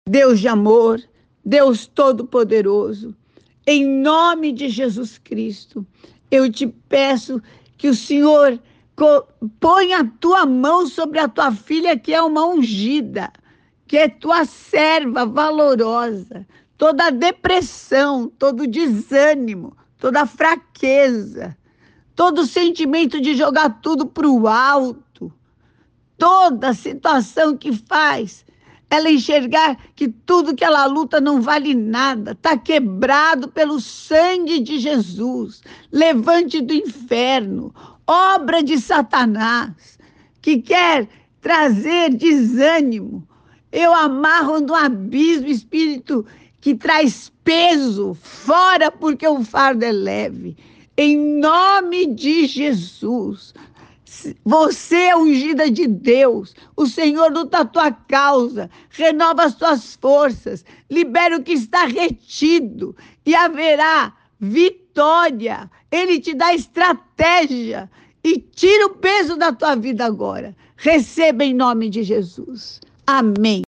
Deus de amor, Deus Todo-Poderoso, em nome de Jesus Cristo, eu te peço que o Senhor ponha a tua mão sobre a tua filha, que é uma ungida, que é tua serva valorosa. Toda depressão, todo desânimo, toda fraqueza, todo sentimento de jogar tudo para o alto, toda situação que faz ela enxergar que tudo que ela luta não vale nada, está quebrado pelo sangue de Jesus. Levante do inferno, obra de Satanás, que quer trazer desânimo. Eu amarro no abismo, espírito que traz peso, fora, porque o fardo é leve. Em nome de Jesus. Você é ungida de Deus, o Senhor luta a tua causa, renova as tuas forças, libera o que está retido e haverá vitória. Ele te dá estratégia e tira o peso da tua vida agora. Receba em nome de Jesus. Amém.